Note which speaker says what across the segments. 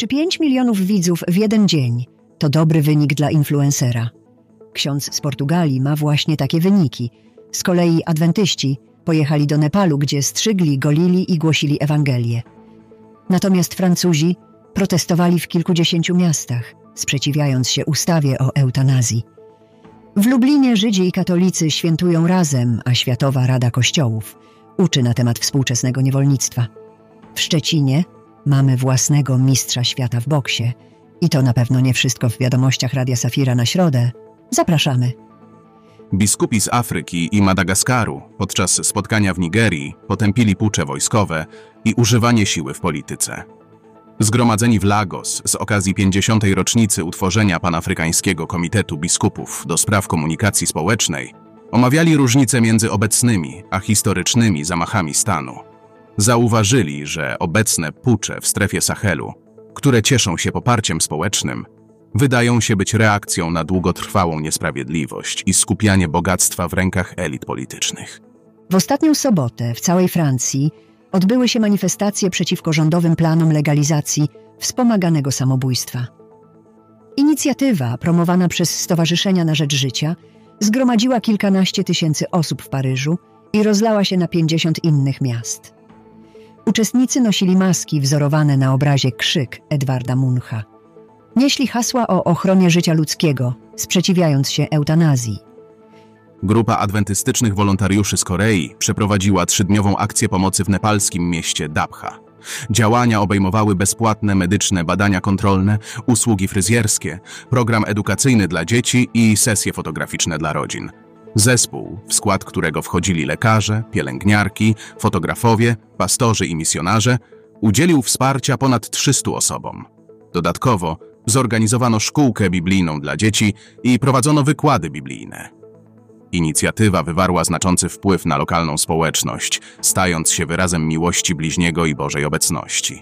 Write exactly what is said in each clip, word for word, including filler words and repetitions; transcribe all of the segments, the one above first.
Speaker 1: pięć milionów widzów w jeden dzień to dobry wynik dla influencera. Ksiądz z Portugalii ma właśnie takie wyniki. Z kolei adwentyści pojechali do Nepalu, gdzie strzygli, golili i głosili Ewangelię. Natomiast Francuzi protestowali w kilkudziesięciu miastach, sprzeciwiając się ustawie o eutanazji. W Lublinie Żydzi i katolicy świętują razem, a Światowa Rada Kościołów uczy na temat współczesnego niewolnictwa. W Szczecinie mamy własnego mistrza świata w boksie. I to na pewno nie wszystko w wiadomościach Radia Safira na środę. Zapraszamy.
Speaker 2: Biskupi z Afryki i Madagaskaru podczas spotkania w Nigerii potępili pucze wojskowe i używanie siły w polityce. Zgromadzeni w Lagos z okazji pięćdziesiątej rocznicy utworzenia Panafrykańskiego Komitetu Biskupów do Spraw Komunikacji Społecznej omawiali różnice między obecnymi a historycznymi zamachami stanu. Zauważyli, że obecne pucze w strefie Sahelu, które cieszą się poparciem społecznym, wydają się być reakcją na długotrwałą niesprawiedliwość i skupianie bogactwa w rękach elit politycznych.
Speaker 1: W ostatnią sobotę w całej Francji odbyły się manifestacje przeciwko rządowym planom legalizacji wspomaganego samobójstwa. Inicjatywa promowana przez Stowarzyszenia na Rzecz Życia zgromadziła kilkanaście tysięcy osób w Paryżu i rozlała się na pięćdziesiąt innych miast. Uczestnicy nosili maski wzorowane na obrazie Krzyk Edwarda Muncha. Nieśli hasła o ochronie życia ludzkiego, sprzeciwiając się eutanazji.
Speaker 2: Grupa adwentystycznych wolontariuszy z Korei przeprowadziła trzydniową akcję pomocy w nepalskim mieście Dabha. Działania obejmowały bezpłatne medyczne badania kontrolne, usługi fryzjerskie, program edukacyjny dla dzieci i sesje fotograficzne dla rodzin. Zespół, w skład którego wchodzili lekarze, pielęgniarki, fotografowie, pastorzy i misjonarze, udzielił wsparcia ponad trzystu osobom. Dodatkowo zorganizowano szkółkę biblijną dla dzieci i prowadzono wykłady biblijne. Inicjatywa wywarła znaczący wpływ na lokalną społeczność, stając się wyrazem miłości bliźniego i Bożej obecności.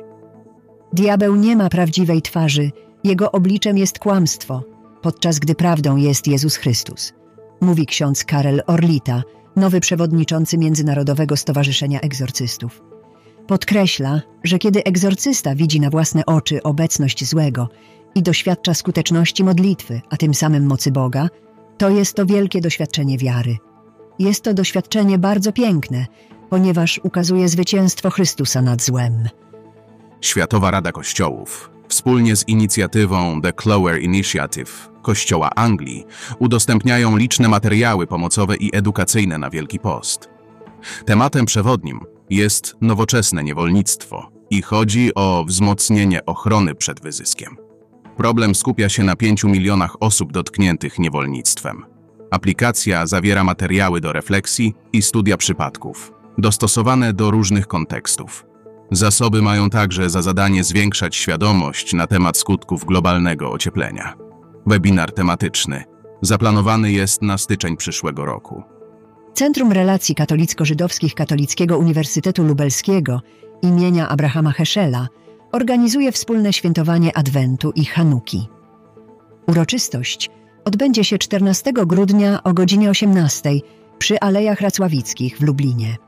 Speaker 1: Diabeł nie ma prawdziwej twarzy, jego obliczem jest kłamstwo, podczas gdy prawdą jest Jezus Chrystus, mówi ksiądz Karel Orlita, nowy przewodniczący Międzynarodowego Stowarzyszenia Egzorcystów. Podkreśla, że kiedy egzorcysta widzi na własne oczy obecność złego i doświadcza skuteczności modlitwy, a tym samym mocy Boga, to jest to wielkie doświadczenie wiary. Jest to doświadczenie bardzo piękne, ponieważ ukazuje zwycięstwo Chrystusa nad złem.
Speaker 2: Światowa Rada Kościołów, wspólnie z inicjatywą The Clower Initiative Kościoła Anglii, udostępniają liczne materiały pomocowe i edukacyjne na Wielki Post. Tematem przewodnim jest nowoczesne niewolnictwo i chodzi o wzmocnienie ochrony przed wyzyskiem. Problem skupia się na pięciu milionach osób dotkniętych niewolnictwem. Aplikacja zawiera materiały do refleksji i studia przypadków, dostosowane do różnych kontekstów. Zasoby mają także za zadanie zwiększać świadomość na temat skutków globalnego ocieplenia. Webinar tematyczny zaplanowany jest na styczeń przyszłego roku.
Speaker 1: Centrum Relacji Katolicko-Żydowskich Katolickiego Uniwersytetu Lubelskiego imienia Abrahama Heschela organizuje wspólne świętowanie Adwentu i Chanuki. Uroczystość odbędzie się czternastego grudnia o godzinie osiemnastej przy Alejach Racławickich w Lublinie.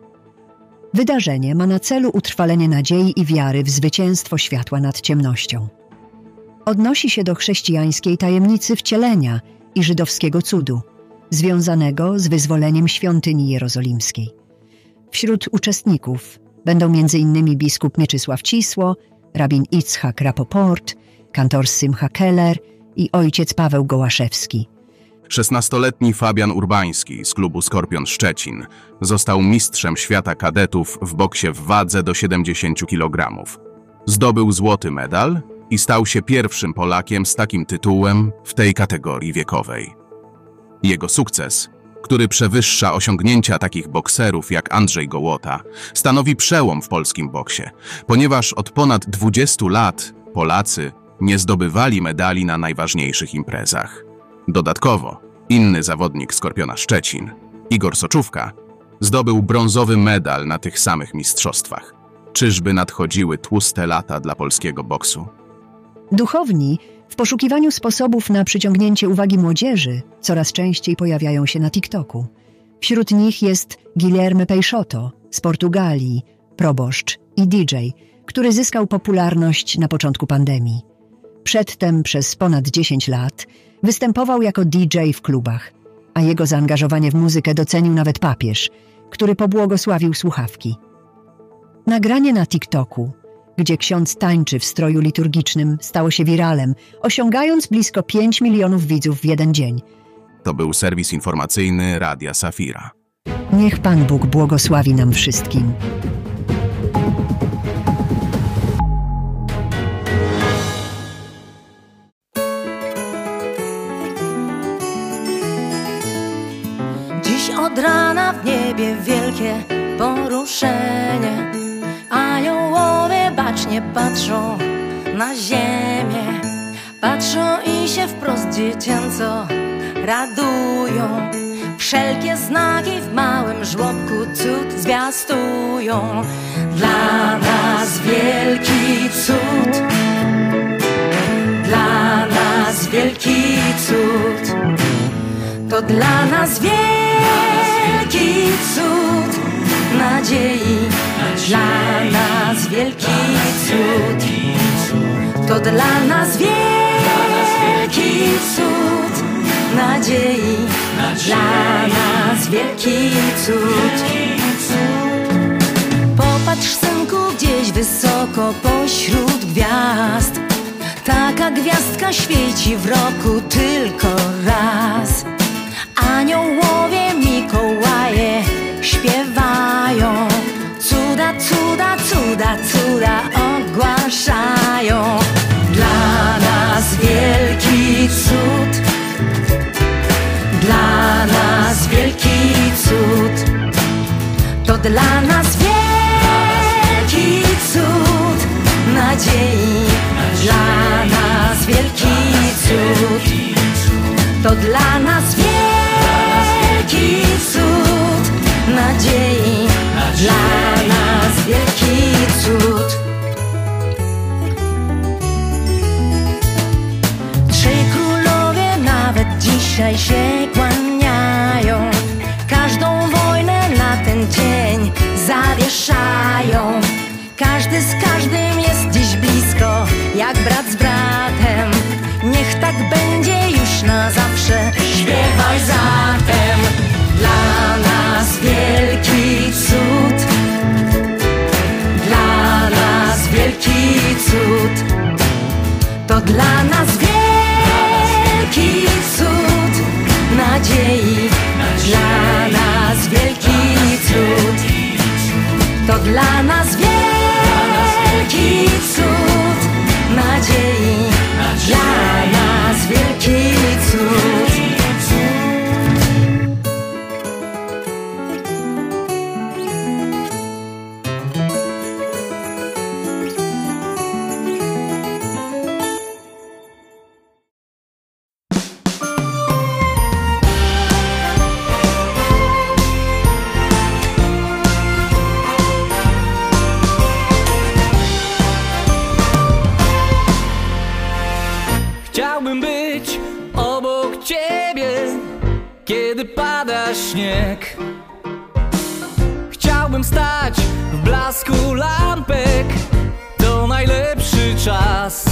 Speaker 1: Wydarzenie ma na celu utrwalenie nadziei i wiary w zwycięstwo światła nad ciemnością. Odnosi się do chrześcijańskiej tajemnicy wcielenia i żydowskiego cudu, związanego z wyzwoleniem świątyni jerozolimskiej. Wśród uczestników będą między innymi biskup Mieczysław Cisło, rabin Itzhak Rapoport, kantor Simcha Keller i ojciec Paweł Gołaszewski.
Speaker 2: szesnastoletni Fabian Urbański z klubu Skorpion Szczecin został mistrzem świata kadetów w boksie w wadze do siedemdziesięciu kilogramów. Zdobył złoty medal i stał się pierwszym Polakiem z takim tytułem w tej kategorii wiekowej. Jego sukces, który przewyższa osiągnięcia takich bokserów jak Andrzej Gołota, stanowi przełom w polskim boksie, ponieważ od ponad dwudziestu lat Polacy nie zdobywali medali na najważniejszych imprezach. Dodatkowo inny zawodnik Skorpiona Szczecin, Igor Soczówka, zdobył brązowy medal na tych samych mistrzostwach. Czyżby nadchodziły tłuste lata dla polskiego boksu?
Speaker 1: Duchowni w poszukiwaniu sposobów na przyciągnięcie uwagi młodzieży coraz częściej pojawiają się na TikToku. Wśród nich jest Guilherme Peixoto z Portugalii, proboszcz i D J, który zyskał popularność na początku pandemii. Przedtem przez ponad dziesięć lat występował jako D J w klubach, a jego zaangażowanie w muzykę docenił nawet papież, który pobłogosławił słuchawki. Nagranie na TikToku, gdzie ksiądz tańczy w stroju liturgicznym, stało się wiralem, osiągając blisko pięć milionów widzów w jeden dzień.
Speaker 2: To był serwis informacyjny Radia Safira.
Speaker 1: Niech Pan Bóg błogosławi nam wszystkim.
Speaker 3: Dziś od rana w niebie wielkie poruszenie. Aniołowie bacznie patrzą na ziemię. Patrzą i się wprost dziecięco radują. Wszelkie znaki w małym żłobku cud zwiastują. Dla nas wielki cud, dla nas wielki cud. To dla nas wielki cud nadziei. Dla nas wielki cud. To dla nas wielki cud nadziei. Dla nas wielki cud. Popatrz, synku, gdzieś wysoko pośród gwiazd. Taka gwiazdka świeci w roku tylko raz. Aniołowie Mikołaje śpiewają. Cuda, cuda, cuda, cuda ogłaszają. Dla nas wielki cud. Dla nas wielki cud. To dla nas wielki cud nadziei. Dla nas wielki cud. To dla nas wielki cud nadziei. Dla nas wielki cud. Trzej królowie nawet dzisiaj się kłaniają. Każdą wojnę na ten dzień zawieszają. Każdy z każdym jest dziś blisko, jak brat z bratem. Niech tak będzie już na zawsze. Śpiewaj zatem. Dla nas wielki cud. Dla nas wielki cud. To dla nas wielki cud nadziei. Dla nas wielki cud. To dla nas wielki cud nadziei. Dla nas wielki cud.
Speaker 4: Chciałbym być obok ciebie, kiedy pada śnieg. Chciałbym stać w blasku lampek, to najlepszy czas.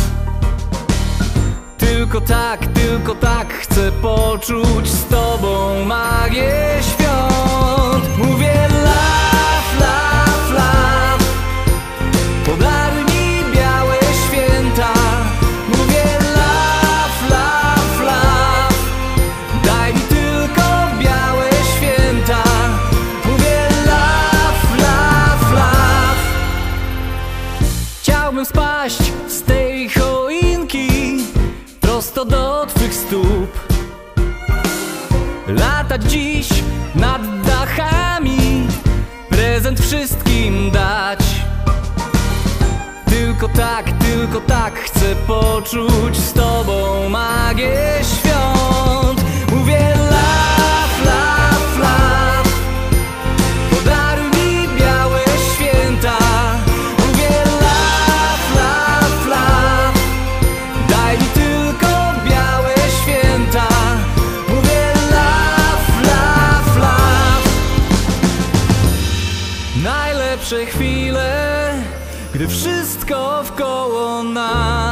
Speaker 4: Tylko tak, tylko tak chcę poczuć z tobą magię świąt. Mówię love, love, love. Podaruj mi białe święta. Mówię love, love, love. Daj mi tylko białe święta. Mówię love, love, love. Chciałbym spaść z tej choinki prosto do twych stóp. Latać dziś nad dachami, prezent wszystkim dać. Tylko tak, tylko tak chcę poczuć z tobą magię świąt. Mówię love, love, love. Podaruj mi białe święta. Mówię love, love, love. Daj mi tylko białe święta. Mówię love, love, love. Najlepsze chwile, gdy wszystko wkoło nas